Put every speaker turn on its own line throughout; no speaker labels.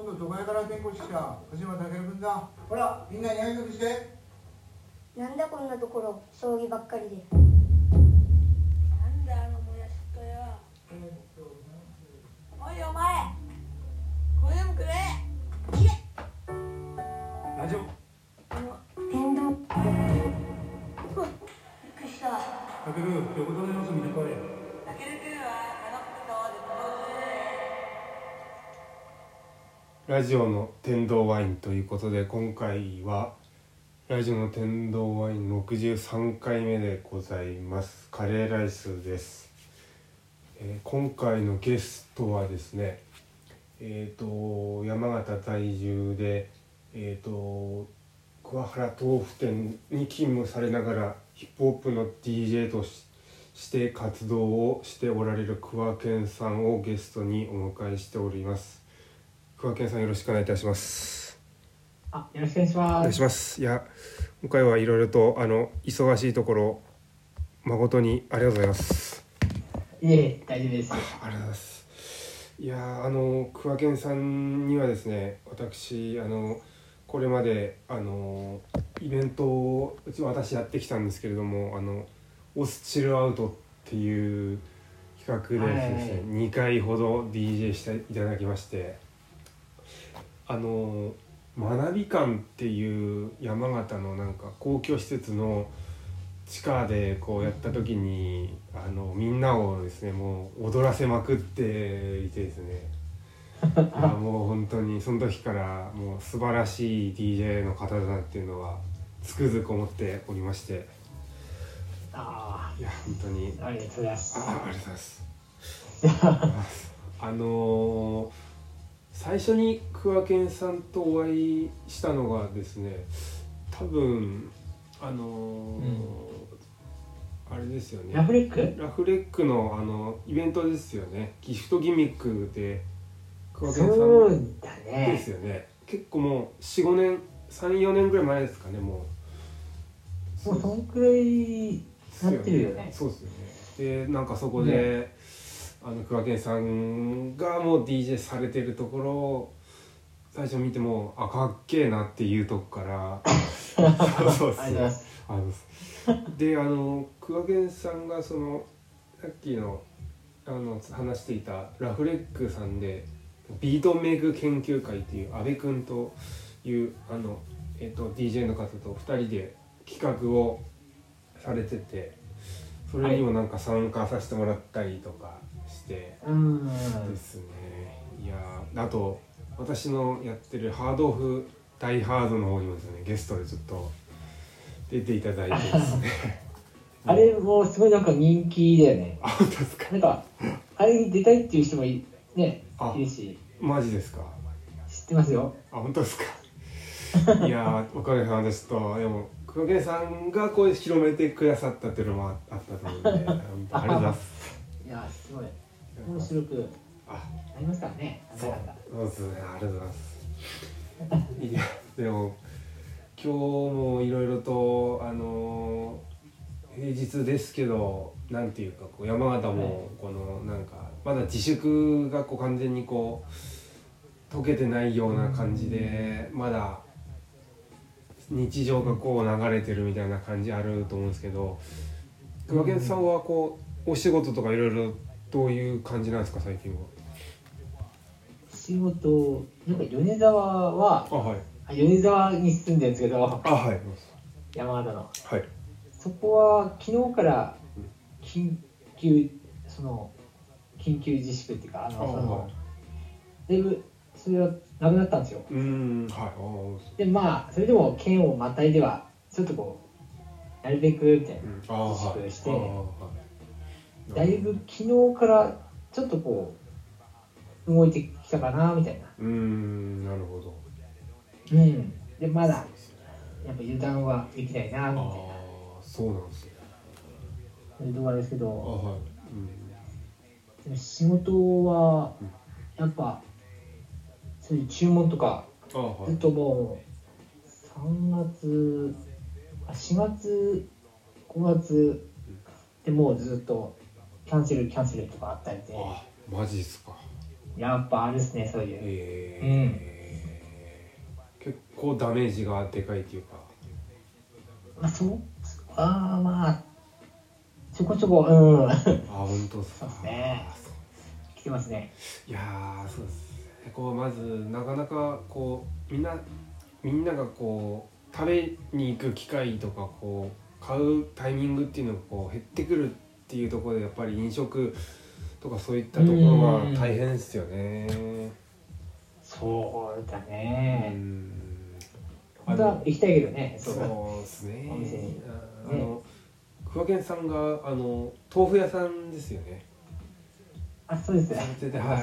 今度、床屋から転校してきた鹿島健君だ。ほら、みんなに挨拶して。
なんだこんなところ、葬儀ばっかりで。
なんだあのもやしっとよ。おいお前、これでもくれ。いれ。
ラジオ。
天童。
びっくりした。
たける、横田の様子見てこい。
たけるくんはあの服と絶望する。
ラジオの天童ワインということで、今回はラジオの天童ワイン63回目でございます。カレーライスです。今回のゲストはですね、山形在住で、桑原豆腐店に勤務されながらヒップホップの DJ として活動をしておられる桑健さんをゲストにお迎えしております。桑健さん、よろしくお願いいたします。
よろしくお願いします。
お願いします。いや、今回はいろいろと忙しいところ誠にありがとうございます。
いえ、大丈夫です。
ありがとうございます。いや、桑健さんにはですね、私これまでイベントを私やってきたんですけれども、オスチルアウトっていう企画でですね、2回ほど DJ していただきまして、学び館っていう山形のなんか公共施設の地下でこうやった時にみんなをですね、もう踊らせまくっていてですねもう本当にその時からもう素晴らしい DJ の方だなっていうのはつくづく思っておりまして、いや本当に
ありがとうございます。
ありがとうございます。最初に桑健さんとお会いしたのがですね、多分あれですよね、
ラフレック
のイベントですよね。ギフトギミックで桑健さん
そうだね
ですよね。結構もう 4,5 年 3,4 年ぐらい前ですかね。もう
そんくらいなってるよね。
そうですよね。でなんかそこで、桑健さんがもう DJ されてるところを最初見てもかっけえなっていうとこからそう
ありがとうございます。
で桑健さんがそのさっきの話していたラフレックさんでビートメイク研究会っていう阿部君というDJ の方と2人で企画をされてて、それにもなんか参加させてもらったりとかしてですね。いや、あと私のやってるハードオフダイハードの方にもですね、ゲストでちょっと出ていただいてですね
あれもすごいなんか人気だよね。
本当ですか。
なんかあれに出たいっていう人もいるし。
マジですか。
知ってますよ。
本当ですか。いや、おかげさまでちょっとでも桑健さんがこう広めてくださったっていうのもあったと思うんで、本当ありがとうございます。
いや、すごい面白くなりますからね。
そうですね、ありがとうございます。いや、でも今日もいろいろと平日ですけど、なんていうかこう山形もこのなんかまだ自粛がこう完全にこう解けてないような感じで、まだ日常がこう流れてるみたいな感じあると思うんですけど、桑健さんはこうお仕事とかいろいろどういう感じなんですか、最近は。
仕事なんか米沢は米沢に住んでるんですけど、山形の、そこは昨日から緊急自粛っていうかだいぶそれはなくなったんですよ。でそれでも県をまたいではちょっとこうなるべくみたいな自粛して、だいぶ昨日からちょっとこう動いてきたかなみたいな。
なるほど。
でまだやっぱ油断はできないなみたいな。
そうなんですね。
そういうところですけど、でも仕事はやっぱそういう注文とかずっともう4月5月でもうずっとキャンセルとかあったりで。
マジですか。
やっぱあるっすね、そういう。
構ダメージがでかいっていうか。
まあちょこちょこ
本当ですか。
そうですね。来てますね。
いやーそうですね。こうまずなかなかこうみんながこう食べに行く機会とかこう買うタイミングっていうのがこう減ってくるっていうところでやっぱり飲食とかそういったところは大変ですよね。
そうだね。本当
は
は行きたいけどね。
そうですね。
お店に
桑健さんが豆腐屋さんですよね。
そうです。
はい。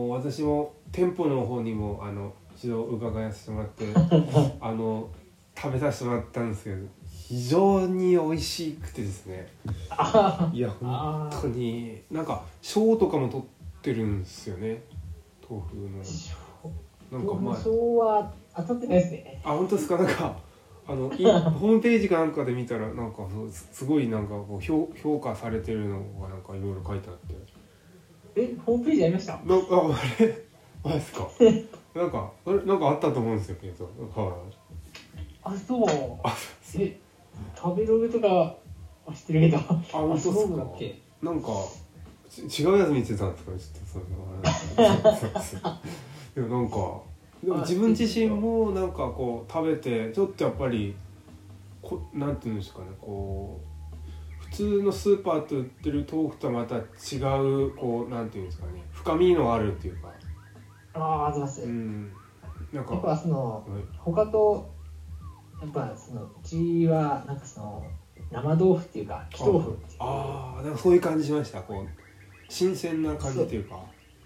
私も店舗の方にも一度伺いさせてもらって食べさせてもらったんですけど、非常に美味しくてですね。いや本当になんか賞とかも取ってるんですよね。豆腐のなんか
賞は当たってないですね。
本当ですか。なんかホームページかなんかで見たらなんかすごいなんかこう評価されてるのがなんかいろいろ書いてあって。
ホームページありました？
あれですか。なんかあったと思うんですよけど。はい。
そう。食べログとかは知ってるけど。
本当ですか。なんか違うやつ見てたんですかね。ちょっとそれでもなんかでも自分自身もなんかこう食べてちょっとやっぱりなんていうんですかね、こう普通のスーパーと売ってる豆腐とはまた違うこうなんていうんですかね、深みのあるっていうか。
あります。なんかやっぱ他とやっぱうちはなんか生豆腐っていうか木豆腐っていう。
なんかそういう感じしました。こう新鮮な感じっていうか。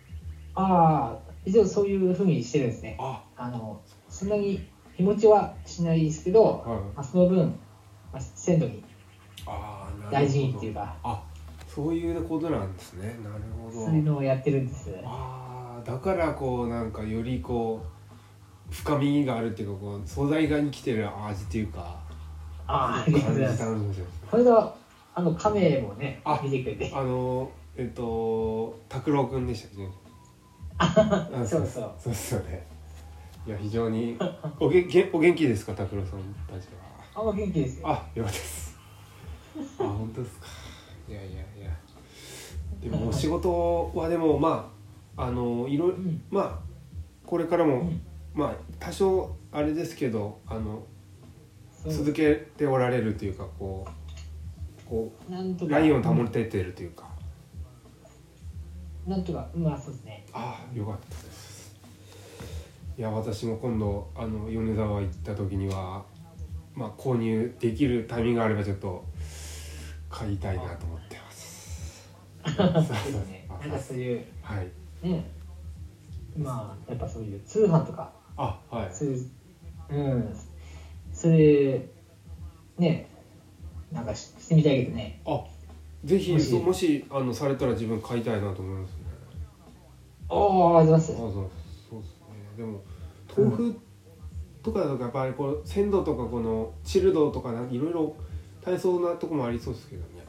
一応そういう風にしてるんですね。そんなに日持ちはしないですけど、その分、鮮度に大事にっていうか。
そういうことなんですね。なるほど。
そういうのをやってるんです。
だからこうなんかよりこう深みがあるっていうか、こう素材が生きてる味っていうか。
ありがとうございます。これが亀もね見てくれて。
拓郎くんでしたっけ。そうですよね。いや非常にお元気ですか、拓郎さんたちは。
お元気ですよ。
よかったです。本当ですか。いやでもお仕事はでもいろこれからも多少あれですけど続けておられるというか、こうラインを保ててるというか。
なんとかそうですね。
よかったです。いや私も今度米沢行った時には購入できるタイミングがあればちょっと買いたいなと思ってます。
そうですね。なんかそういうね、やっぱそういう通販とかそういうそれね、なんかしてみたいけどね。
ぜひもしされたら自分買いたいなと思いますね。
ありがとうございます。
そうですね。でも豆腐とかだとやっぱりこう鮮度とかこのチルドとかいろいろ大層なとこもありそうですけどね。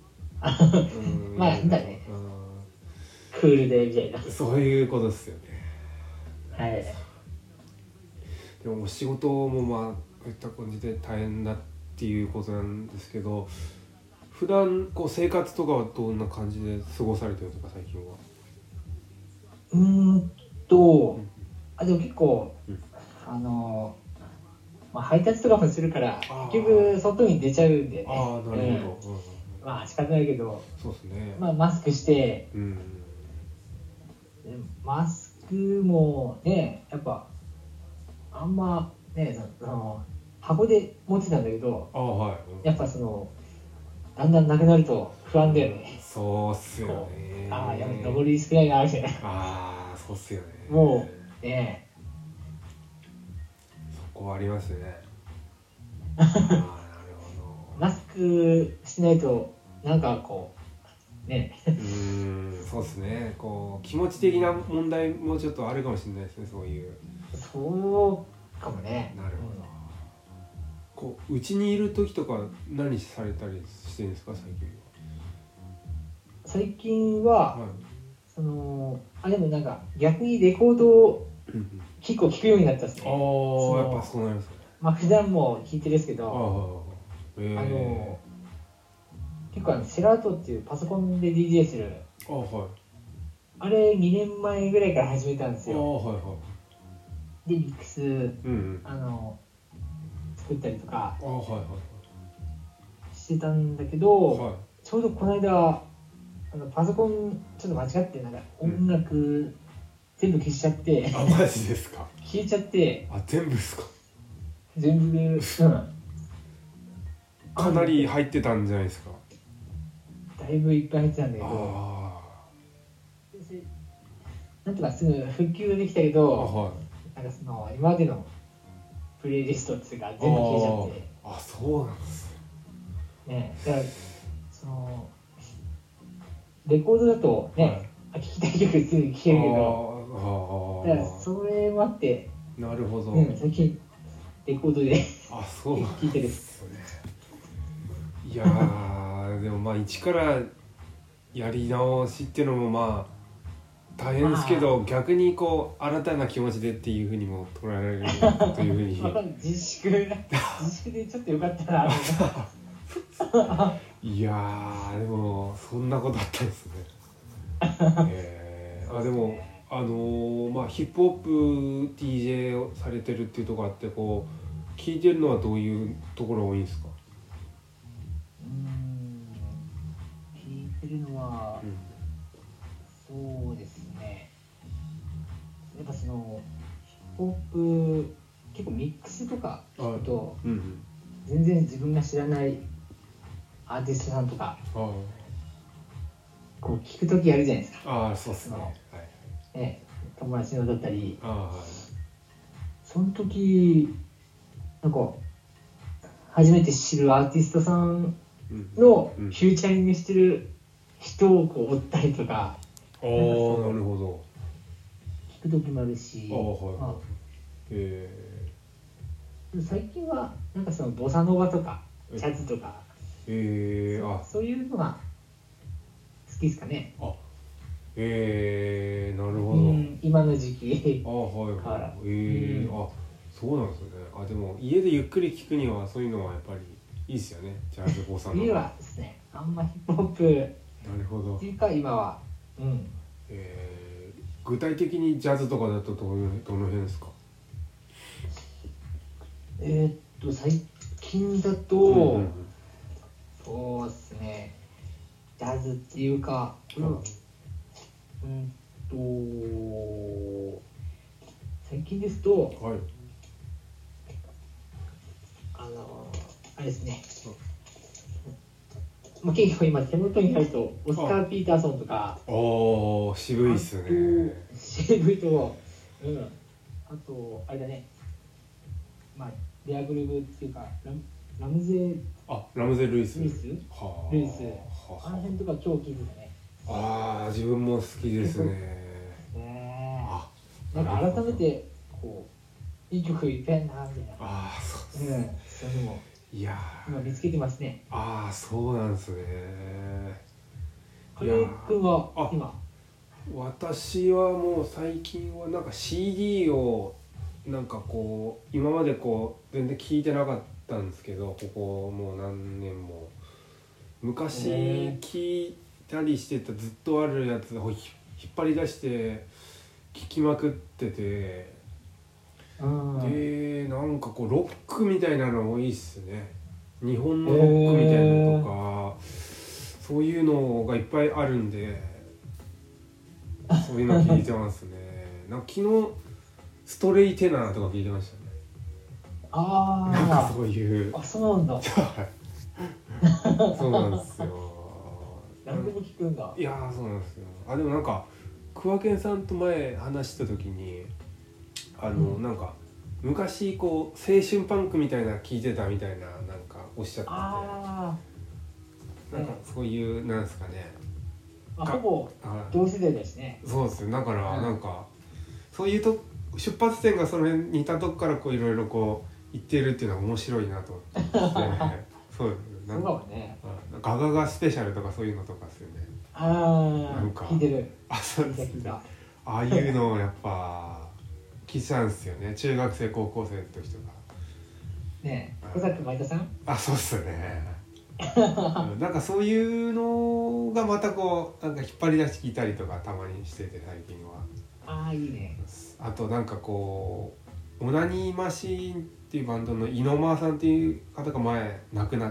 なんだね。クールでみたいな。
そういうことですよね。
はい。
でもお仕事もこういった感じで大変だっていうことなんですけど、普段こう生活とかはどんな感じで過ごされてるんですか、最近は。
でも結構配達とかもするから結局外に出ちゃうんでね。
なるほど。
仕方ないけど、
そうですね。
マスクして、マスクもね、やっぱあんまね、箱で持ってたんだけど、やっぱだんだんなくなると不安だよね。
そうっすよね。
やべ、残り少ないなみたいな。
そうっすよね。
もうね、
そこはありますね。なるほど。
マスクしないとなんかこうね。
そうですね。こう気持ち的な問題もちょっとあるかもしれないですね。そういう。
そうかもね。
なるほど。こう家にいる時とか何されたりしてるんですか、最近は。
最近は、でもなんか逆にレコードを聴結構聴くようになったんですね。
やっぱそうなんですね。
まあ普段も聴いてるんですけど、結構セラートっていうパソコンで DJ する、あれ2年前ぐらいから始めたんですよ。でミックス、作ったりとかしてたんだけど、ちょうどこの間パソコンちょっと間違ってなんか音楽全部消しちゃって、
マジですか？
消えちゃって、
全部ですか？
全部
かなり入ってたんじゃないですか？
だいぶいっぱい入ってたんだけど、なんとかすぐ復旧ができたけど、なんかその今までのプレイリストっていうか全部消えちゃって。
そうなんです
ね。だからそのレコードだとね、聴きたい曲すぐ聴けるけど、だからそれもあって、
なるほど。
最近レコードで聴いてる。
いやーでもまあ一からやり直しっていうのもまあ大変ですけど、逆にこう新たな気持ちでっていうふうにも捉えられるというふうに
自粛でちょっとよかったな。
いやーでもそんなことあったんですね。でもまあヒップホップ DJ をされてるっていうところあって、こう聞いてるのはどういうところが多いんですか？
聞いてるのは、そうですね、やっぱそのヒップホップ結構ミックスとか聞くと、全然自分が知らないアーティストさんとかこう聞くときあるじゃないですか。
そうです
ね。友達のだったり、その時なんか初めて知るアーティストさんのフューチャリングしてる人をこう追ったりとか、
なるほど。
聞く時もあるし、最近はなんかそのボサノバとかジャズとか、そういうのが好きですかね。
なるほど。
今の時期
から。そうなんですよね。でも家でゆっくり聞くにはそういうのはやっぱりいいですよね。ジャズボサノバ。
家はですね、あんまヒップホップっていうか今は。
具体的にジャズとかだとどの辺ですか？
最近だと、そうですね、ジャズっていうか、最近ですと、あれですね、結構今手元にあるとオスカー・ピーターソンとか、
渋いっすね。
渋いと、あとあれだね、レアグルーブっていうかラムゼルイス、あの辺とか超聴いてたね。
自分も好きですね。
なんか改めてこういい曲いっぱいあるなみたいな。そういうのも今見つけてますね。
そうなんですね。
カレー君は今？
私はもう最近はなんか CD をなんかこう今までこう全然聞いてなかったんですけど、ここもう何年も昔聞いたりしてたずっとあるやつを引っ張り出して聞きまくってて、でなんかこうロックみたいなの多いっすね。日本のロックみたいなのとか、そういうのがいっぱいあるんで、そういうの聞いてますね。なんか昨日ストレイテナーとか聞いてましたね。なんかそういう。
そうなんだ。
そうなんですよ。
何でも聞くんだ。
いやそうなんですよ。でもなんか桑健さんと前話した時になんか昔こう青春パンクみたいな聞いてたみたいななんかおっしゃってて、なんかそういうなんですかね。
ほぼ同世代ですね。
そうですよ。だからなんかそういうと出発点がその辺似たとこからこういろいろこう言ってるっていうのが面白いなと思ってそうですね。
そうかもね。
ガガガスペシャルとかそういうのとかですよね。
なんか聞いてる。
そうですね。ああいうのをやっぱ聞聞いてたんですよね、中学生高校生の時とか
ねえ、小崎前田さん。
あ、そうっすよねなんかそういうのがまたこうなんか引っ張り出してきたりとかたまにしてて最近は。
ああいいね。
あとなんかこうオナニーマシーンっていうバンドの猪間さんっていう方が前亡くなって、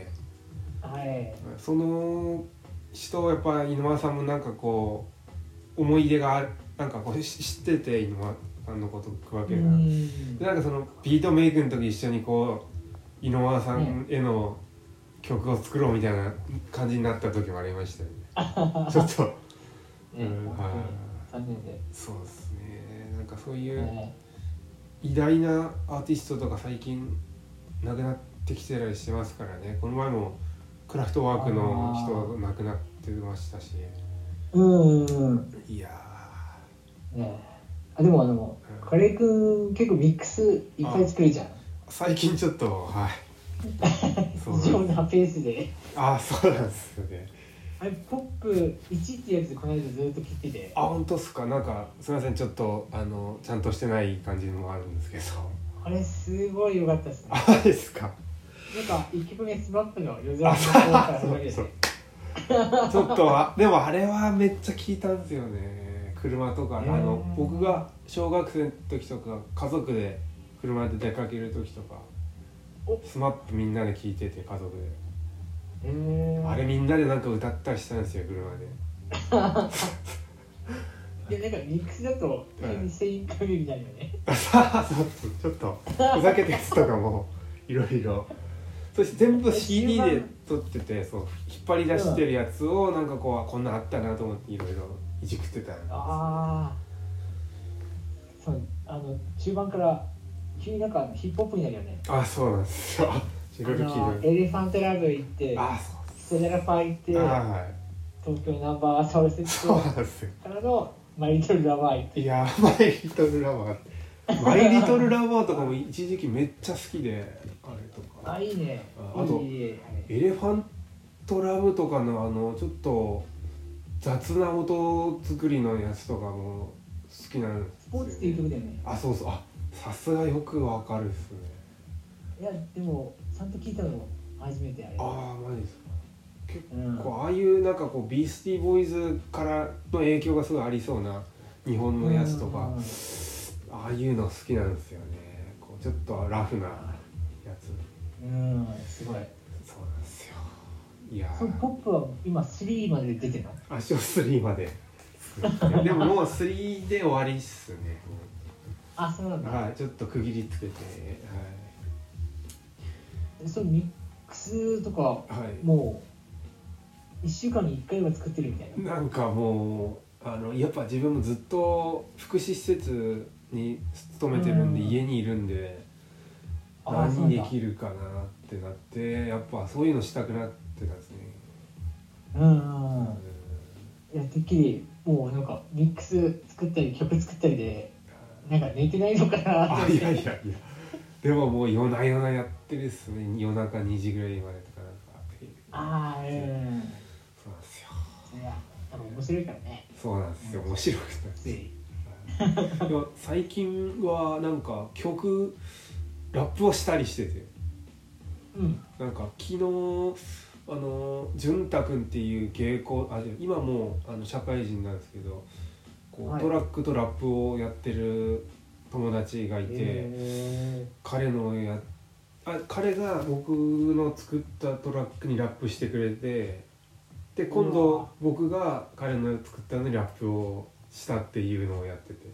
はい。
その人やっぱ猪間さんもなんかこう思い出がなんかこう知ってて猪間さんのことわけがで、なんかそのビートメイクの時一緒にこう猪間さんへの曲を作ろうみたいな感じになった時もありましたよねちょっと、
ね、残念で。
そうですね、なんかそういう偉大なアーティストとか最近亡くなってきてたりしてますからね。この前もクラフトワークの人亡くなってましたし、いや
ー、ね、でもカレー君結構ミックスいっぱい作るじゃん。
最近ちょっとはい
非常なペースで。
あ、そうなんですよね。
あれポップ1ってやつこの間ずっと聞いてて。
あ、本当っすか。なんかすみません、ちょっとちゃんとしてない感じもあるんですけど、
あれすごい良かったですね。
あ、ですか。
なんか1曲目スマップの夜空の方から始まるやつ。
ちょっとでもあれはめっちゃ聞いたんですよね。車とか僕が小学生の時とか家族で車で出かける時とかスマップみんなで聞いてて家族で、あれみんなでなんか歌ったりしたんですよ車で
いやなんかミックスだとセインカミみたいなね
ちょっとふざけたやつとかもいろいろ、そして全部 CD で撮ってて、そう引っ張り出してるやつをなんかこんなあったなと思っていろいろいじくってたんです。
ああ、そう中盤から急になんかヒップホップになるよね。
あ、そうなんですよ。いろいろ聞いて
エレファントラブ行って、ステラファ行って、東京ナンバーサウルセットからのマイリトルラバー行って。
いや、マイリトルラバーマイリトルラバーとかも一時期めっちゃ好きで、あれとか。
あ、いいね。
あとエレファントラブとかのちょっと雑な音作りのやつとかも好きなんですよ。
スポーツっていう曲だよね。
あ、そうそう、あ、さすがよくわかるっすね。
いやでもちゃんと聞いたの初めてあれ。
ああ、マジですか。結構ああいうなんかこうビースティーボーイズからの影響がすごいありそうな日本のやつとか、ああいうの好きなんですよね。こうちょっとラフなやつ。
すごい。
そうなんですよ。いや
そのポップは今3まで出てるの？
一応3まででももう3で終わりっすね。
あ、そうなんだ。
はい、ちょっと区切りつけて、
はい。そのミックスとか、はい、もう1週間に1回は作ってるみたいな。
なんかもうやっぱ自分もずっと福祉施設に勤めてるんで、家にいるんで何できるかなってなって、やっぱそういうのしたくなってたんですね。
いやてっきりもうなんかミックス作ったり曲作ったりでなんか寝てないのかなって。
いやでももう夜な夜なやってるっすね。夜中2時ぐらいまでとかなんか。
そうなんですよ。いや面白いからね。
そうなんですよ、面白くてでも最近はなんか曲ラップをしたりしてて、なんか昨日潤太くんっていう芸妓、今もう社会人なんですけど、こうトラックとラップをやってる友達がいて、彼が僕の作ったトラックにラップしてくれて、で今度僕が彼の作ったのにラップをしたっていうのをやってて、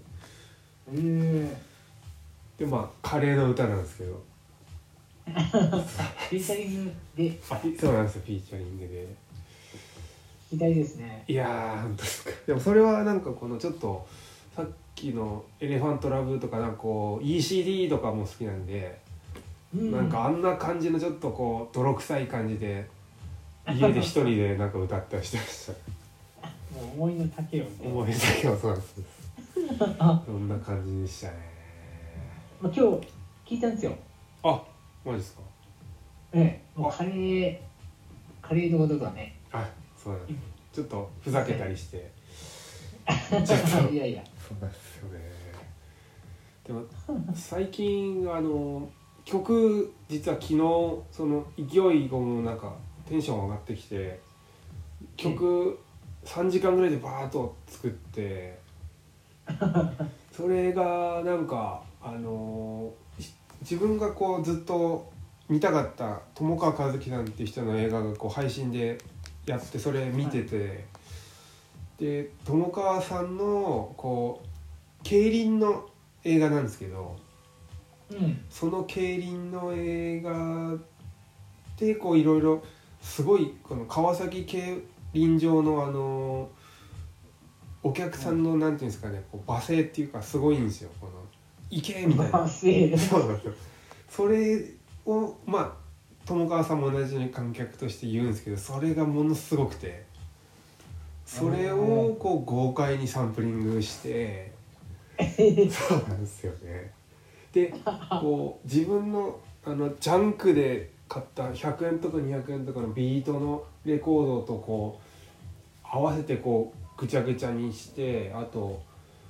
でカレーの歌なんですけど
フィーチャリングで。
そうなんですよ、フィーチャリングで。
聞きたいですね。
いやー、本当ですか。でもそれはなんかこのちょっとさっきのエレファントラブとかなんかこう ECD とかも好きなんで、なんかあんな感じのちょっとこう泥臭い感じで家で一人でなんか歌ったりしてました
もう思いの丈をね。
思いの丈を、そうなんですそんな感じでしたね。
今日聞いたんですよ。
あ、マジですか。
もうカレーのことだね。
そうなんです。ちょっとふざけたりして
いやいや、
そうなんですよね。 でも最近曲実は昨日その勢いの中テンション上がってきて曲3時間ぐらいでバーッと作ってそれがなんか自分がこうずっと見たかった友川一樹さんっていう人の映画がこう配信でやってそれ見てて、で友川さんのこう競輪の映画なんですけど、その競輪の映画でこういろいろすごいこの川崎競輪場のお客さんのなんていうんですかね、こう罵声っていうかすごいんですよ。この行けみたいな。そうなんですよ。それをまあ友川さんも同じように観客として言うんですけど、それがものすごくて、それをこう豪快にサンプリングしてそうなんですよね。でこう自分のジャンクで買った100円とか200円とかのビートのレコードとこう合わせてこうぐちゃぐちゃにして、あと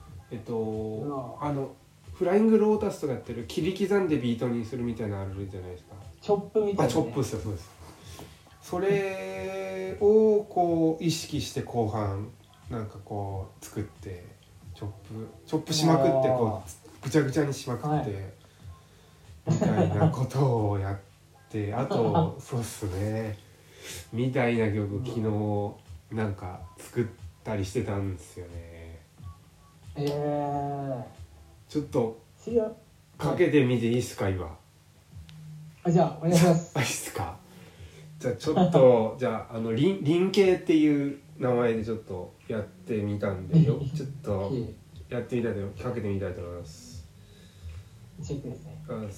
フライングロータスとかやってる切り刻んでビートにするみたいなのあるじゃないですか。
チョップみたいな、ね、
チョップですよ。そうです。それをこう意識して後半なんかこう作ってチョップしまくってこうぐちゃぐちゃにしまくって、みたいなことをやってあとそうっすねみたいな曲昨日なんか作ったりしてたんですよね。ちょっとかけてみていいっすか今。
じゃあお願いします。
いいっすか。じゃあちょっとじゃあ輪形っていう名前でちょっとやってみたんでちょっとやってみたいとかけてみたいと思います。
チェックですね。
200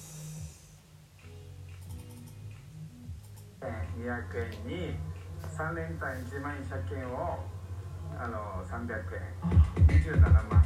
円に3連単1万円借金を300円27万。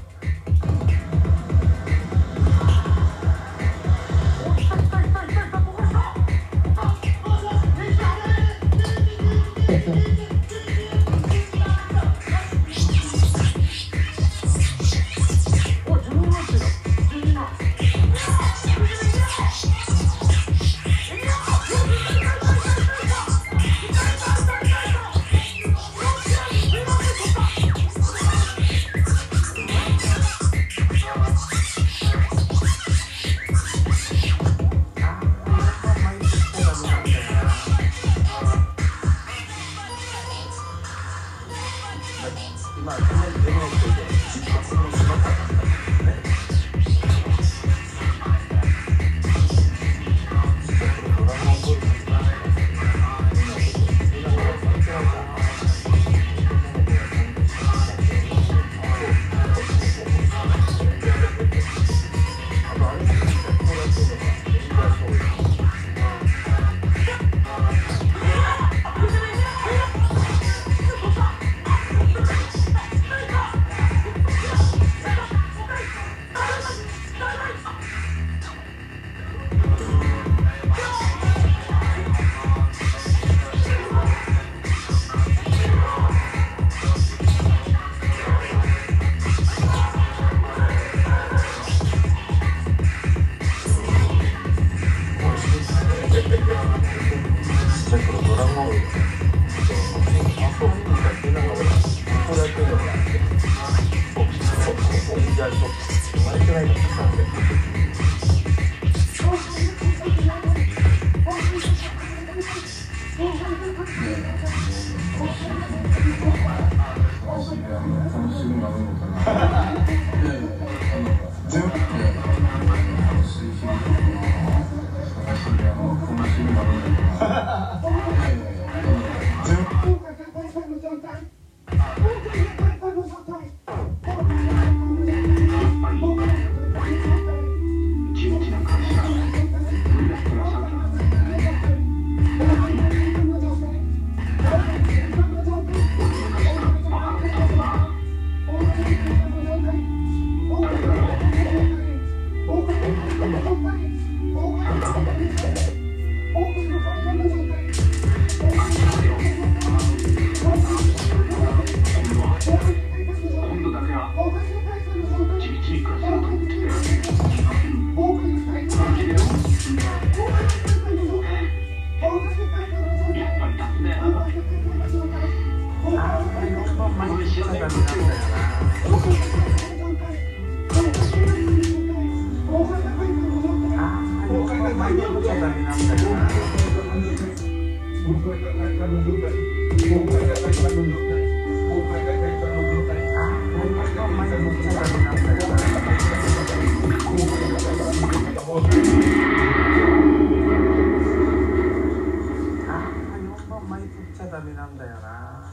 ダメなんだよな。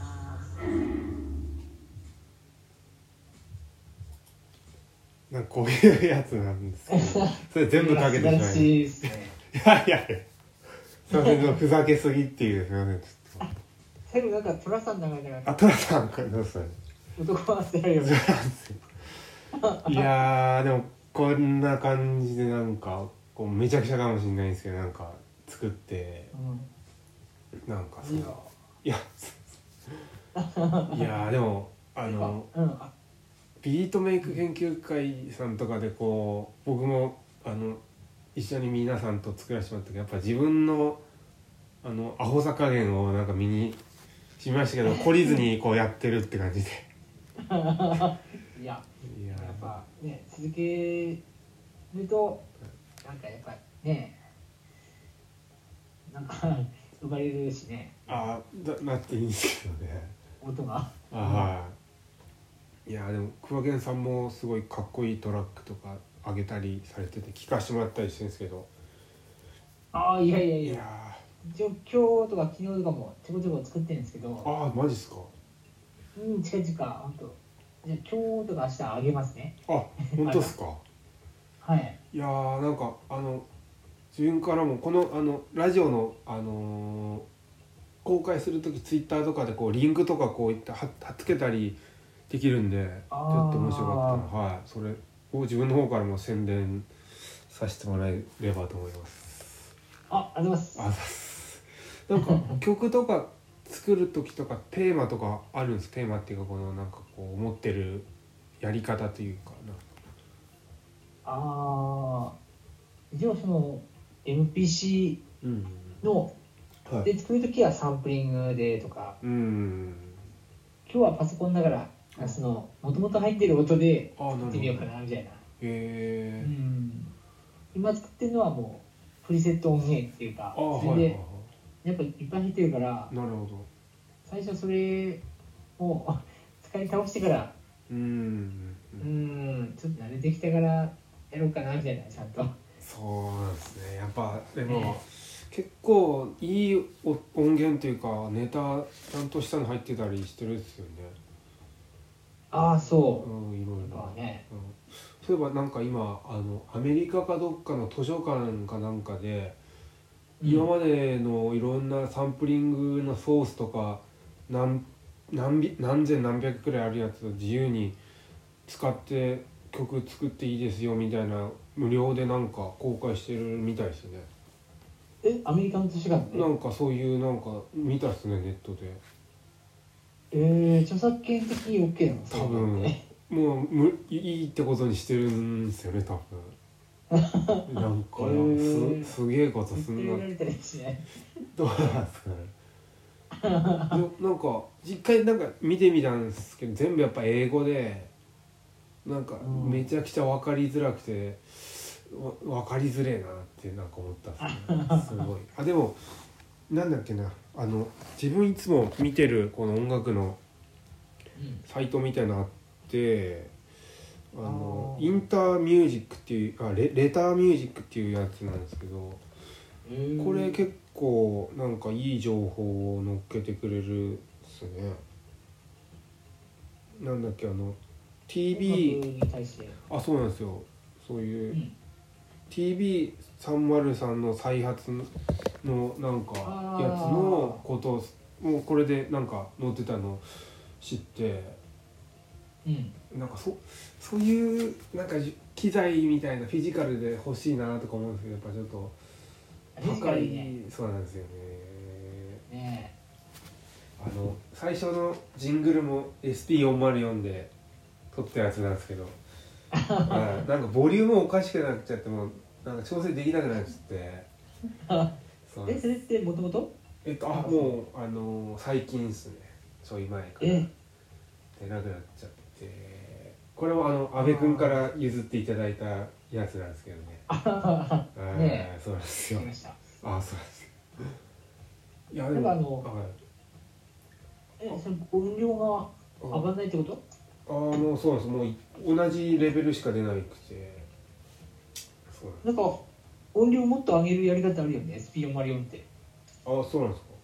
なんかこういうやつなんですけどそれ全部かけてしまいました。いやいやすいませんふざけすぎっていうすいませんちょっと
最後なんかトラさん流れながら
トラさんからどうしたの
男は捨てられるよ
いやーでもこんな感じでなんかこうめちゃくちゃかもしれないんですけどなんか作って、なんかそういやいやでもビートメイク研究会さんとかでこう僕も一緒に皆さんと作らせてもらったけどやっぱ自分のアホさ加減をなんか身にしましたけど懲りずにこうやってるって感じで
いややっぱね続けるとなんかやっぱねなんか呼ばれるしね
なっていいんですけどね
音が
いやでもクワゲンさんもすごいかっこいいトラックとか上げたりされてて聞かせてもらったりしてるんですけど
いや一応今日とか昨日とかもちょこちょこ作ってるんですけど
マジっすか
近々本当じゃあ今日とか明日あげますね
本当っすか
はい
いやなんか自分からもこのラジオの公開する時ツイッターとかでこうリンクとかこういった貼っつけたりできるんでちょっと面白かったらそれを自分の方からも宣伝させてもらえればと思います。
ありがとうございます。
なんか曲とか作る時とかテーマとかあるんです。テーマっていうかこのなんかこう思ってるやり方というか
一応その MPC の、で作る時はサンプリングでとか、今日はパソコンだからその元々入ってる音で作ってみようかなみたいな。今作ってるのはもうプリセット音源っていうかそれでやっぱいっぱい入ってるから最初それを使い倒してからちょっと慣れてきたからやろうかなみたいなちゃんと。
そうなんですね。やっぱでも、結構いい音源というかネタちゃんとしたの入ってたりしてるんですよね。
そう。
いろいろね。そういえばなんか今アメリカかどっかの図書館かなんかで、今までのいろんなサンプリングのソースとか何千何百くらいあるやつを自由に使って曲作っていいですよみたいな無料でなんか公開してるみたいですね。
アメリカの図書館で
なんかそういうなんか見たっすねネットで。
著作権的に OK なの？
多分もういいってことにしてるんですよね多分。なんかすげえことすんな。どうなんですかね。なんか実際なんか見てみたんですけど全部やっぱ英語でなんかめちゃくちゃ分かりづらくて分かりづれえなってなんか思ったんですね。すごい。でもなんだっけな自分いつも見てるこの音楽のサイトみたいなのあってインターミュージックっていうレターミュージックっていうやつなんですけど、これ結構なんかいい情報を載っけてくれるっすね。なんだっけTB そうなんですよ。そういう、TB303 の再発のなんかやつのことをもうこれでなんか載ってたのを知って、なんかそういうなんか機材みたいなフィジカルで欲しいなとか思うんですけどやっぱちょっと高い、そうなんですよね。最初のジングルも SP404 で撮ったやつなんですけどなんかボリュームおかしくなっちゃってもなんか調整できなくなっちゃって
それってもともと？
もう最近ですね。ちょい前から出なくなっちゃって、これも阿部君から譲っていただいたやつなんですけどね。そうなんですよ。そうなんです。 いや
なんか
はい、
それ音量が上がらないってこと？
もうそうなんです。もう同じレベルしか出なくて、そう
なんか音量もっと上げるやり方あるよね、SP404って。
そうなんですか。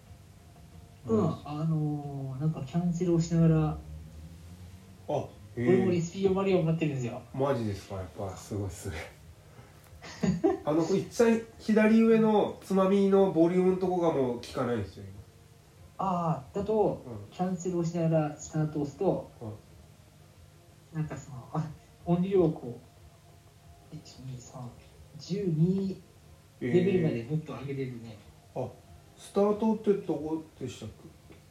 なんかキャンセルをしながら、これも SP404 になってるんですよ。
マジですか。やっぱすごいっすね。これ一番左上のつまみのボリュームのとこがもう効かないんですよ。
だと、キャンセルをしながらスタートを押すと、なんかその音量をこう12312レベルまでもっと上げれるね。
スタートってどこでしたっけ？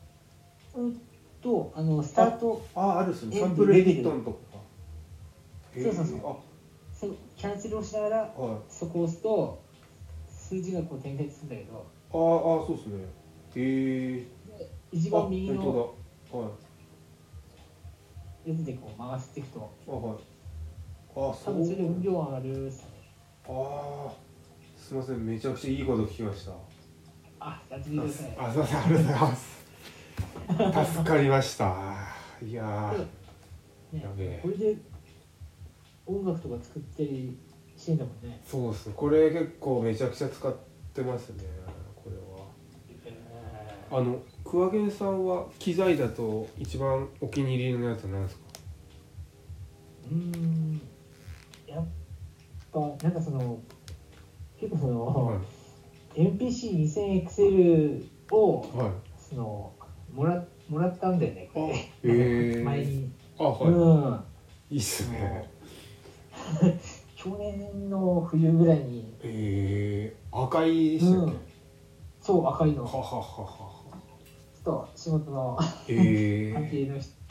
スタート
あるっすね。サンプルエディットのとこか。
そうキャンセルをしながらそこを押すと数字がこう点滅するんだけど、
そうですね。
一番右の
はい
やつでこう回していくと、
多
分それで音量上がるっすね。
すみません、めちゃくちゃいいこと聞きました。
やってみてください。
すみません、ありがとうございます。助かりました。いやー、やべえ。
これで音楽とか作ったりしてんだもんね。
そうですね。これ結構めちゃくちゃ使ってますね。これは。クワゲンさんは機材だと一番お気に入りのやつは何ですか？
やっぱなんかその結構その、MPC2000XL を、そのもらったんだよね。前に。
いいっすね。
去年の冬ぐらいに。
赤いでしたっけ？
そう、赤いの。ちょっと仕事の関係の人。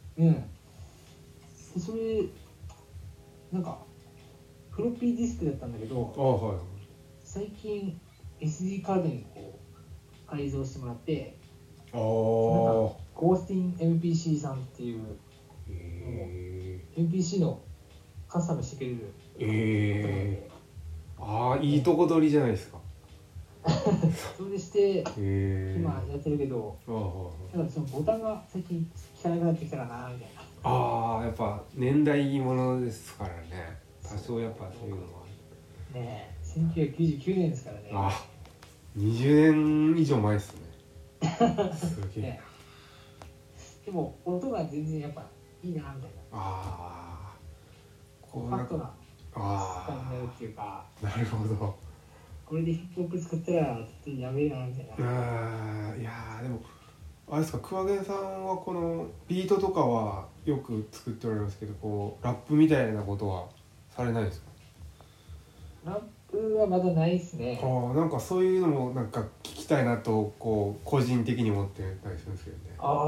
それなんかフロッピーディスクだったんだけど、最近 SD カードにこう改造してもらって、ゴースティン MPC さんっていう、MPC のカスタムしてくれる。
いいとこ取りじゃないですか。
それでして、今やってるけど、なんかそのボタンが最近効かなくなってきたかなみたいな。
やっぱ年代物ですからね。多少やっぱそういうのは
ね。1999年ですからね。
20年以上前ですね。すげえ。
でも音が全然やっぱいいなみたいな。ファットな質感になるっていうか。
なるほど。
これでヒップホップ作ったらちょっとやべえなみたいな。
いやでもあれですか、クワゲンさんはこのビートとかはよく作っておられますけど、こうラップみたいなことはされないですか？
ラップはまだないですね。
なんかそういうのもなんか聞きたいなとこう個人的に思ってたりするんですけどね。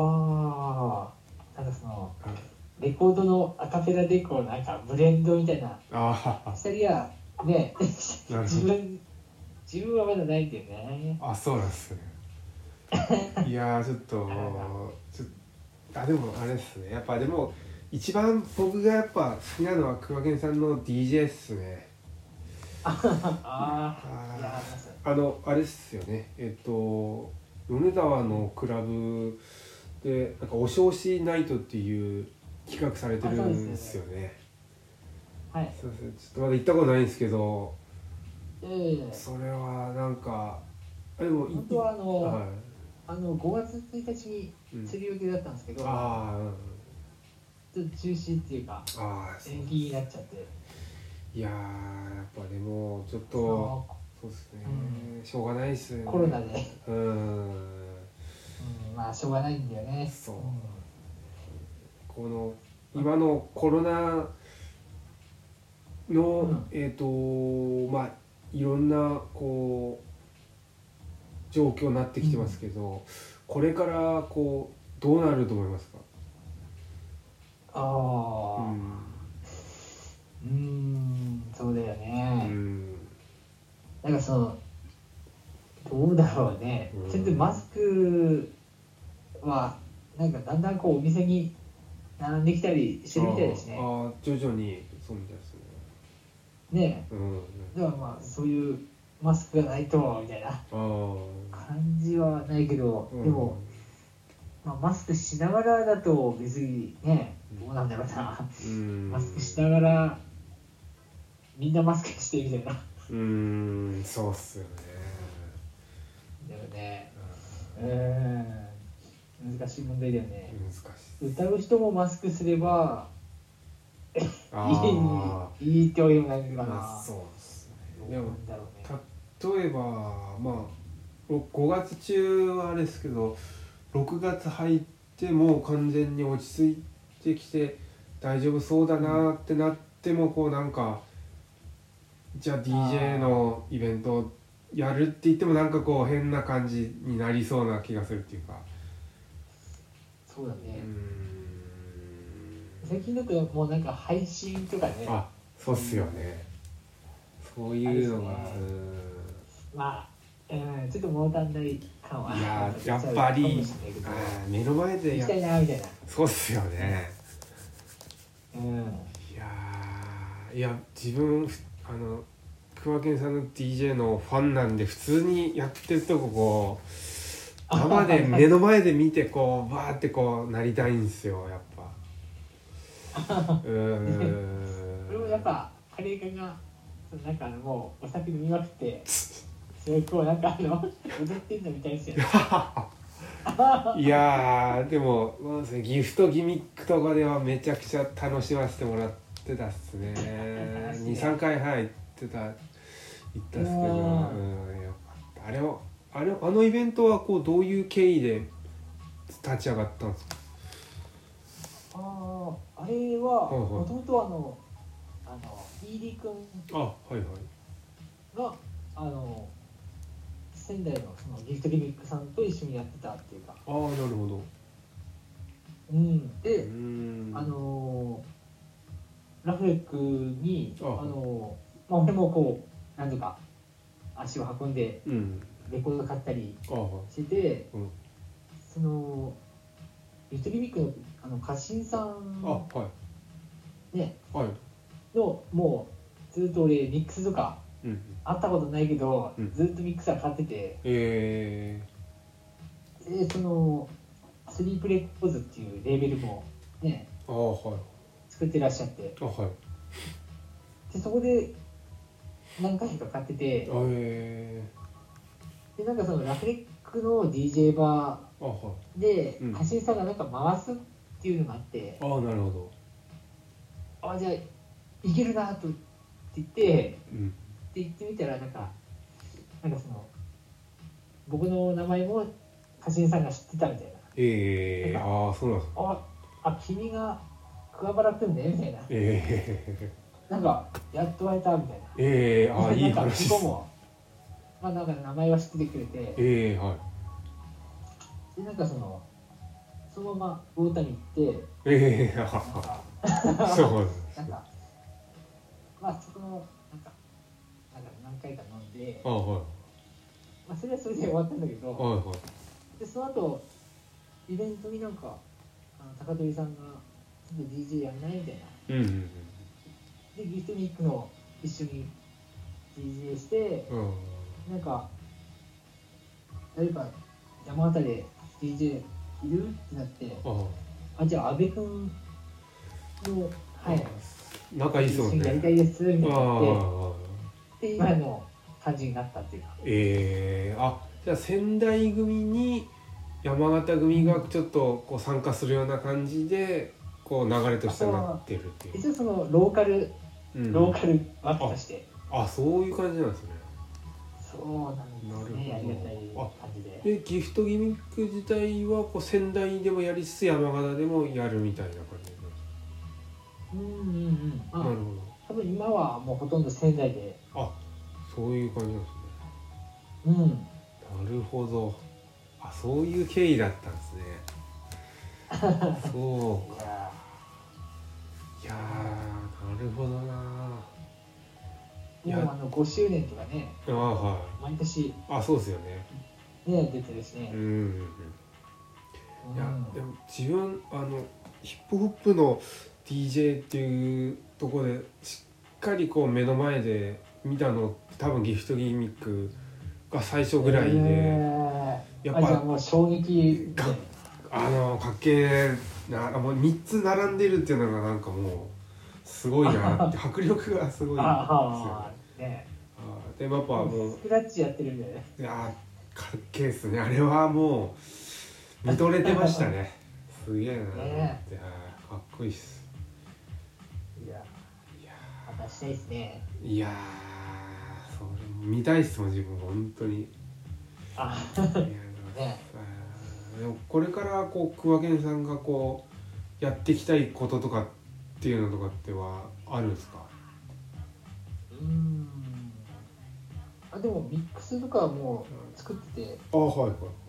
なんかその、レコードのアカペラでこうなんかブレンドみたいなしたりはね自分はまだないんだよね。
そうなんですね。いやちょっとでもあれですね。やっぱでも一番僕がやっぱ好きなのはクワゲンさんの DJ っすね。あれっすよね。米沢のクラブでなんかおししナイトっていう企画されてるんですよね。すいません、ちょっとまだ行ったことないんですけど、それはなんかでも
本当は5月1日にする予定だったんですけど、ちょっと中止っていうか延期になっちゃって。
いややっぱでもちょっとそうですね、しょうがないっすね。
コロナでまあしょうがないんだよね。
この今のコロナのまあいろんなこう状況になってきてますけど、これからこうどうなると思いますか？
そうだよね。なんかそのどうだろうね。ちょっとマスクはなんかだんだんこうお店に並んできたりしてるみたいですね。
徐々にそうみたいですね。
だからまあそういうマスクがないとみたいな
あ
感じはないけど、
うん
でも、まあ、マスクしながらだと別にね、どうなんだろうな、マスクしながらみんなマスクしてみたいな。
そうっすよね。
だよね。難しい問題だよね。
難しい。
歌う人もマスクすればいいってわけでもないのかな。
そうですね。
どうなんだろうね。
例えばまあ5月中はあれですけど、6月入ってもう完全に落ち着いてきて大丈夫そうだなってなっても、こうなんかじゃあ DJ のイベントやるって言ってもなんかこう変な感じになりそうな気がするっていうか。
そうだね。最近だともうなんか配信とかね。
あ、そうっすよね。そういうのが、
まあ、ちょっと物足んない感は。
いややっぱり目の前で
やりたいなみたいな。
そうっすよね。いや自分桑健さんの DJ のファンなんで、普通にやってるとこう生で目の前で見てこうバーってこうなりたいんですよ、やっぱ。
俺もやっぱカレー君がなんかもうお酒飲みまくってそれこうなんか踊ってんのみたいですよね。
いやでも、まあ、ギフトギミックとかではめちゃくちゃ楽しませてもらってたっすね。2、3回行ったっすけど、よかった。あのイベントはこうどういう経緯で立ち上がったんですか？
あれはもともと飯利君が仙台のそのギフトギミックさんと一緒にやってたっていうか。
なるほど。
でラフレックにまあ俺もこう何とか足を運んでレコード買ったりしてて、そのギフトギミックの家臣さんねのもうずっと俺ミックスとか会ったことないけど、ずっとミックサー買ってて、でそのスリープレコーズっていうレーベルもね作ってらっしゃって、でそこで何回か買ってて、でなんかそのラフレックの DJ バーで家臣さんがなんか回すっていうのがあって、
なるほ
ど。じゃあいけるなと言って、って言ってみたらなんかその僕の名前も家臣さんが知ってたみたいな。
そうなんです
か。君が桑原くんねみたいな。なんかやっと会えたみたいな。
いい話です。
向こうもまあなんか名前は知っててくれて、でなんかそのまま大谷行って、
そう
なんかまあそこのなんか何回か飲んで、まあそれはそれで終わったんだけど、でその後イベントになんか高取さんがちょっと DJ やんないみたいな、でギフトミックの一緒に DJ して、なんか誰か山形で DJ いるってなって、じゃあ阿部君の
仲いいそうね、
一緒にやりたいですみたいになってで今の感じになったっていうか。
じゃあ仙台組に山形組がちょっとこう参加するような感じでこう流れとしてなってるっていう。
一応そのローカル枠として。
そういう感じなんですね。
そうなんですね。ありがたい感じで。
でギフトギミック自体はこう仙台でもやりつつ山形でもやるみたいな感じで。なるほど。
多分今はもうほとんど仙台で。
そういう感じなんですね。なるほど。そういう経緯だったんですね。そうか。いやなるほどな。
もう5周年とかね。毎年。
そうですよね。
ね出てるしね。
いやでも自分ヒップホップの DJ っていうところでしっかりこう目の前で見たの多分ギフトギミックが最初ぐらいで、やっぱ
じゃあもう衝撃で
かっけえな、もう3つ並んでるっていうのがなんかもうすごいなって迫力がすごいんですよ
ね。
でやっぱもう
スクラッチやってるんで、
いやかっけえっすね、あれはもう見とれてましたねすげえなって、かっこいいっす。
いやまたしたいですね。
いやそれ見たいっすもん自分本当に。いや
ね、
でもこれからこう桑健さんがこうやっていきたいこととかっていうのとかってはあるんですか？
でもミックスとかはもう作ってて、
はいはい、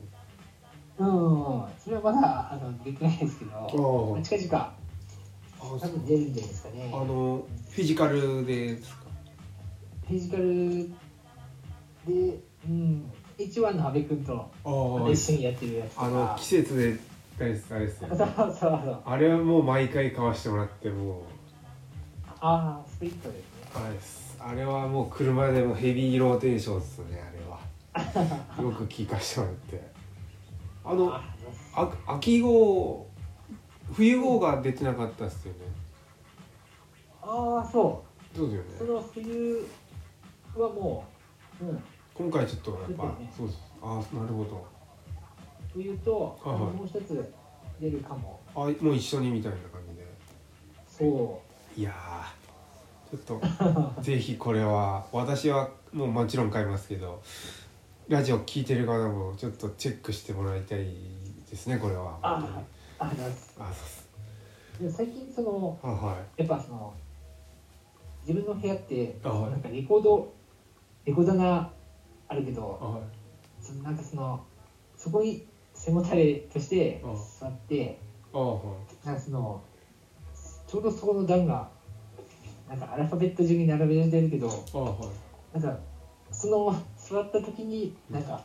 それはまだできないですけど、近々多分出るんじゃないですかね。
フィジカルですか？
フィジカルで、H1 の阿部君と一緒にやってるやつとか、
季節であれですよね。
そう
あれはもう毎回買わしてもらってもう
スプリットですね。
あれはもう車でもヘビーローテーションですね。あれはよく聞かせてもらって秋号冬号が出てなかったっすよね。
そう
ですよね。
その冬はもう、
今回ちょっとやっぱ、
ね、
そうです。なるほど。
冬ともう一つ出るかも。
もう一緒にみたいな感じで。
そう。
いやちょっとぜひこれは私はもうもちろん買いますけど、ラジオ聞いてる方もちょっとチェックしてもらいたいですね、これは。
で最近やっぱ自分の部屋ってなんかレコ棚あるけど、なんかそこに背もたれとして座って、なんかちょうどそこの段がなんかアルファベット順に並べられてるけど、なんか座った時になんか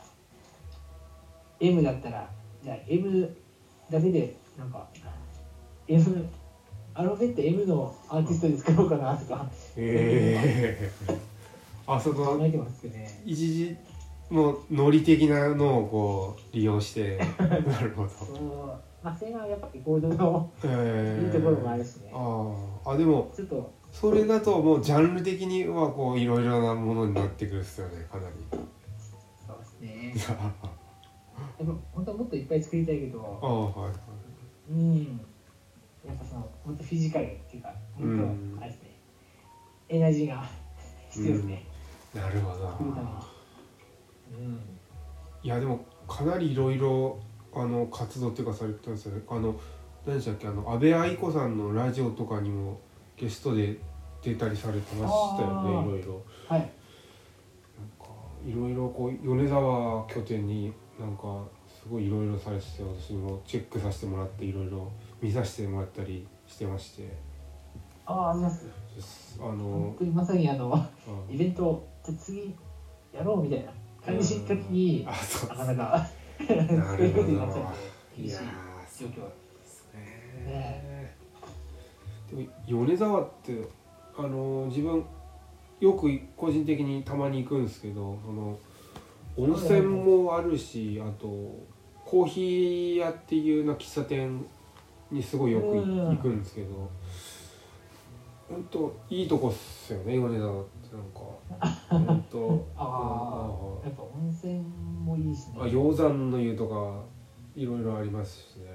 M だったらじゃあ M だけでなんか M アルファベット M のアーティストで作ろうかなとか考えてますよね。
一時もうノリ的なのをこう利用してなるほど。
それがやっぱレコードのいいところもあるしね。
でも
ちょっと
それだともうジャンル的にはこういろいろなものになってくるっすよね、かなり。
そうですね。やっぱ本当はもっといっぱい作りたいけど、やっぱもっとフィジカルっていうか、もっとあれですね、エナジーが必要ですね。
なるほど。
作るために。
いやでもかなりいろいろ活動っていうかされてますよね。何でしたっけ、安部愛子さんのラジオとかにもゲストで出たりされてましたよね、いろいろ。
はい。
なんかいろいろこう米沢拠点になんかすごいいろいろされてて、私もチェックさせてもらっていろいろ見させてもらったりしてまして。
あります。本当にまさにイベント次やろうみたいな感じの時になかなか作ることになっちゃって厳しい状況ですね。
でも米沢って自分よく個人的にたまに行くんですけど、温泉もあるし、あとコーヒー屋っていう喫茶店にすごいよく行くんですけど、本当いいとこっすよね、米沢ってなんか。本当。
やっぱ温泉もいいしね。
鷹山の湯とかいろいろありますしね。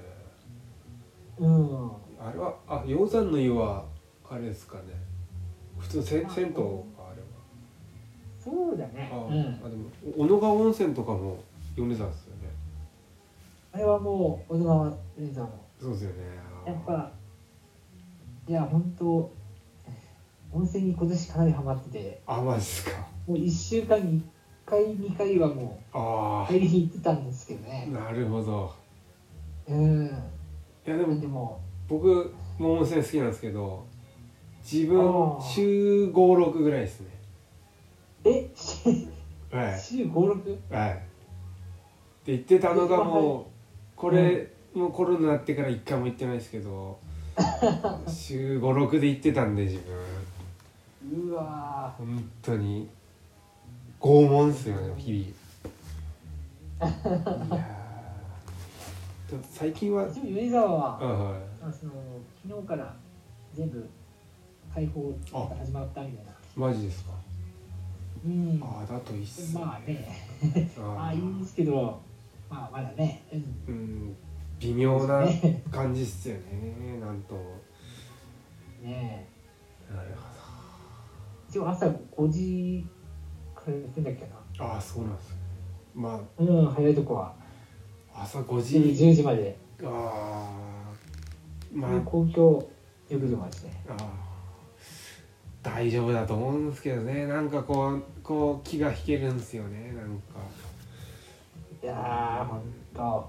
あれは鷹山の湯はあれですかね。普通銭湯か、あれは。
そうだね。
でも小野川温泉とかも米沢ですよね。
あれはもう小野川米沢も。
そうですよね。
やっぱいや本当温泉に今年かなりハマってて。
マジですか。
もう1週間に1回2回はもう入りに行ってたんですけどね。
なるほど。いやでも僕も温泉好きなんですけど、自分週5、6ぐらいですね。
週5、6？
はい。って言ってたのがもうこれもうコロナになってから1回も行ってないですけど週5、6で行ってたんで自分。 本当に拷問ですよね日々。いや最近は
一応米沢は、
はい、
その昨日から全部開放始まったみたいな。
マジですか。
うん。
だといいっすね。
まあねいいんですけど、まだね、
微妙な感じっすよねなんと
ね
え。なるほど。
一応朝5時からやってんだっけな。
そうなんですね。
早いとこは
朝5時
10時まで。公共浴場までね。
大丈夫だと思うんですけどね。なんかこう気が引けるんですよね。なんか
いやーほんと、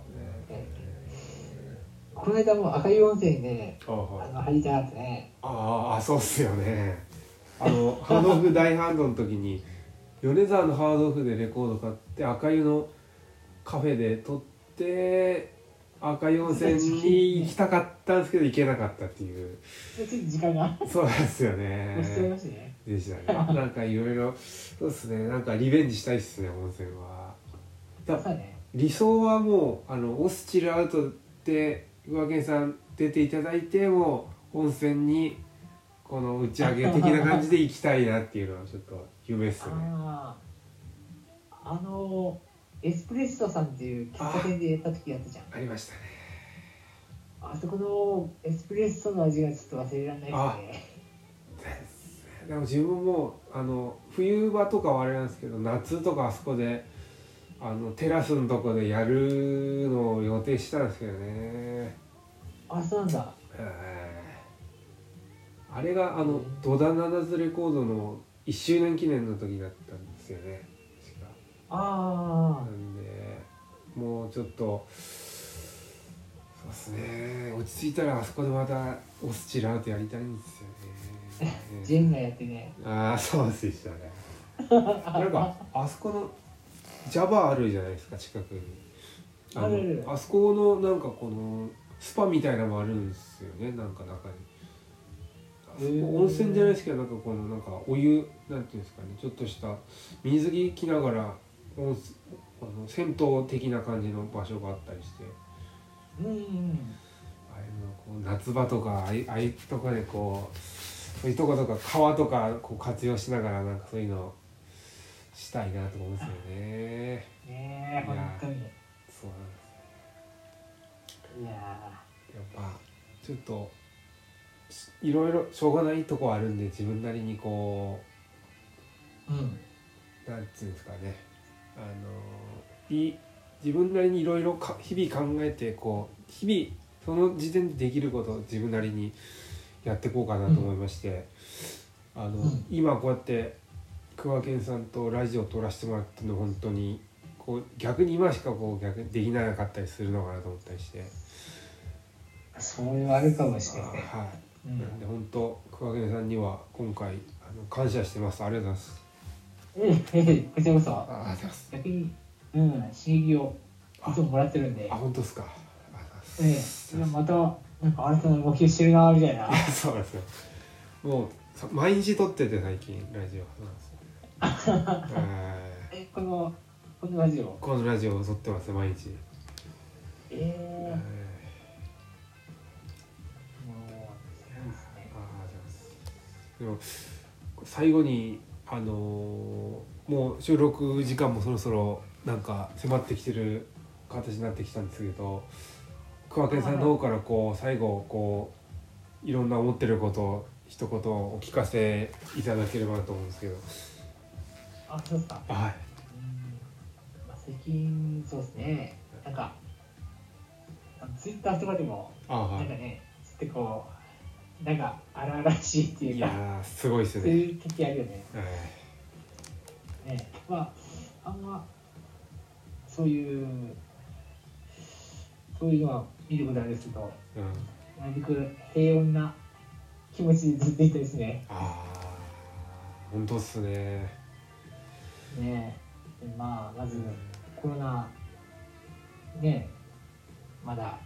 この間も赤湯温泉にね入りたかったね。
そうっすよね。ハードオフ大ハンドの時に米沢のハードオフでレコード買って赤湯のカフェで撮って赤湯温泉に行きたかったんですけど行けなかったっていう。
ちょっと時間が
そうですよね。
押しちゃいましたね。
でしたね。なんかいろいろそうですね。なんかリベンジしたいっすね温泉は。理想はもうオスチルアウトで桑健さん出ていただいても温泉にこの打ち上げ的な感じで行きたいなっていうのはちょっと夢っすね。
エスプレッソさんっていう喫茶店でやった時やったじゃん。
ありましたね。
あそこのエスプレッソの味がちょっと忘れられないですね。
でも自分も冬場とかはあれなんですけど夏とかあそこでテラスのとこでやるのを予定したんですけどね。
そうなんだ。
あれがドダナダズレコードの1周年記念の時だったんですよね。なんでもうちょっとそうですね落ち着いたらあそこでまたオスチルアウトやりたいんですよね。
ジェンガやってね。
そうでしたね。なんかあそこのジャバーあるじゃないですか近くに。あそこのなんかこのスパみたいなのもあるんですよね。なんか中に温泉じゃないですけどなんかこのなんかお湯なんていうんですかねちょっとした水着着ながら銭湯的な感じの場所があったりして、あれのこう夏場とかああいうとこでこうそういうとことか川とかこう活用しながらなんかそういうのしたいなと思うんですよね。
本当に。
そうなんです。やっぱちょっといろいろしょうがないとこあるんで自分なりにこう、なんていうんですかね。自分なりにいろいろ日々考えてこう日々その時点でできることを自分なりにやっていこうかなと思いまして、今こうやって桑健さんとラジオを撮らせてもらってるの本当にこう逆に今しかこう逆にできなかったりするのかなと思ったりして、
それはあるかもしれない。
なんで本当桑健さんには今回感謝してます。ありがとうございます。
こちらこそ逆に刺激をいつももらってるんで。
本当ですか。
またなんか新たな動きしてるなみたいな。
そうですよ。もう毎日撮ってて最近ラジオ
このラジオ
を撮ってます毎日。でも最後にもう収録時間もそろそろなんか迫ってきてる形になってきたんですけど、桑健さんの方からこう最後こういろんな思ってることを一言お聞かせいただければなと思うんですけど。
そうですか。最近そうですね。なんかツイッターとかでもなんかねちょっとこうなんか荒々しいっていうか。
いやすごいですね。
そういう時あるよね。あんまそういうのは見ることあるんですけど、なるべく平穏な気持ちでずっといたいですね。
本当っすね。
まずコロナまだ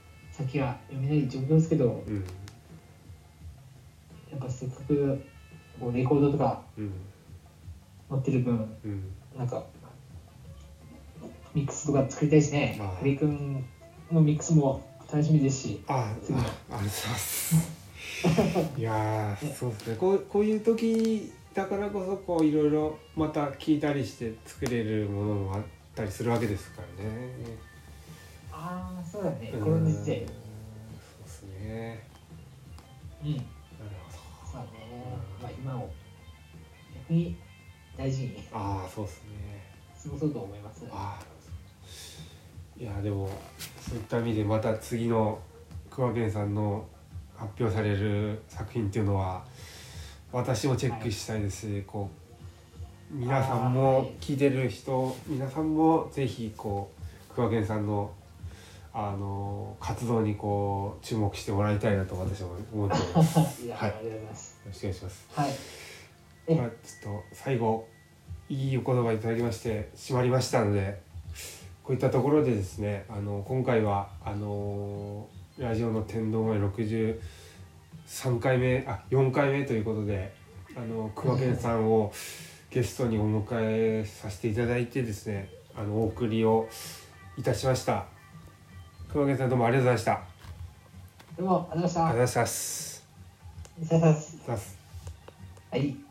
先が読めない状況ですけど、やっぱせっかくこうレコードとか
うん
持ってる分、
うん、
なんかミックスとか作りたいしね。
ああ
堀君のミックスも楽しみですし。
ありがとうございますいやーそうですね、こういう時だからこそこういろいろまた聞いたりして作れるものもあったりするわけですからね。
ああ、そうだね。この時点。
そうですね。
うん。
なる
そうね。まあ今を逆に大事に
ほど。ああそうですね。
過ごそうと思います。
ああいやでもそういった意味でまた次の桑源さんの発表される作品っていうのは私もチェックしたいですし、はい、こう皆さんも聞いてる人、皆さんもぜひこう桑源さんの活動にこう注目してもらいたいなと私は思っております。
いや、
はい、
ありがとうございます。
よろしくお願いします。
はい。
ちょっと最後いいお言葉いただきまして締まりましたので、こういったところでですね、今回はラジオの天童前63回目4回目ということで桑源さんをゲストにお迎えさせていただいてですねお送りをいたしました。桑源さんどうもありがとうございました。
どうもありがとうございました。
ありがとうございます。
ありがとうございます。はい。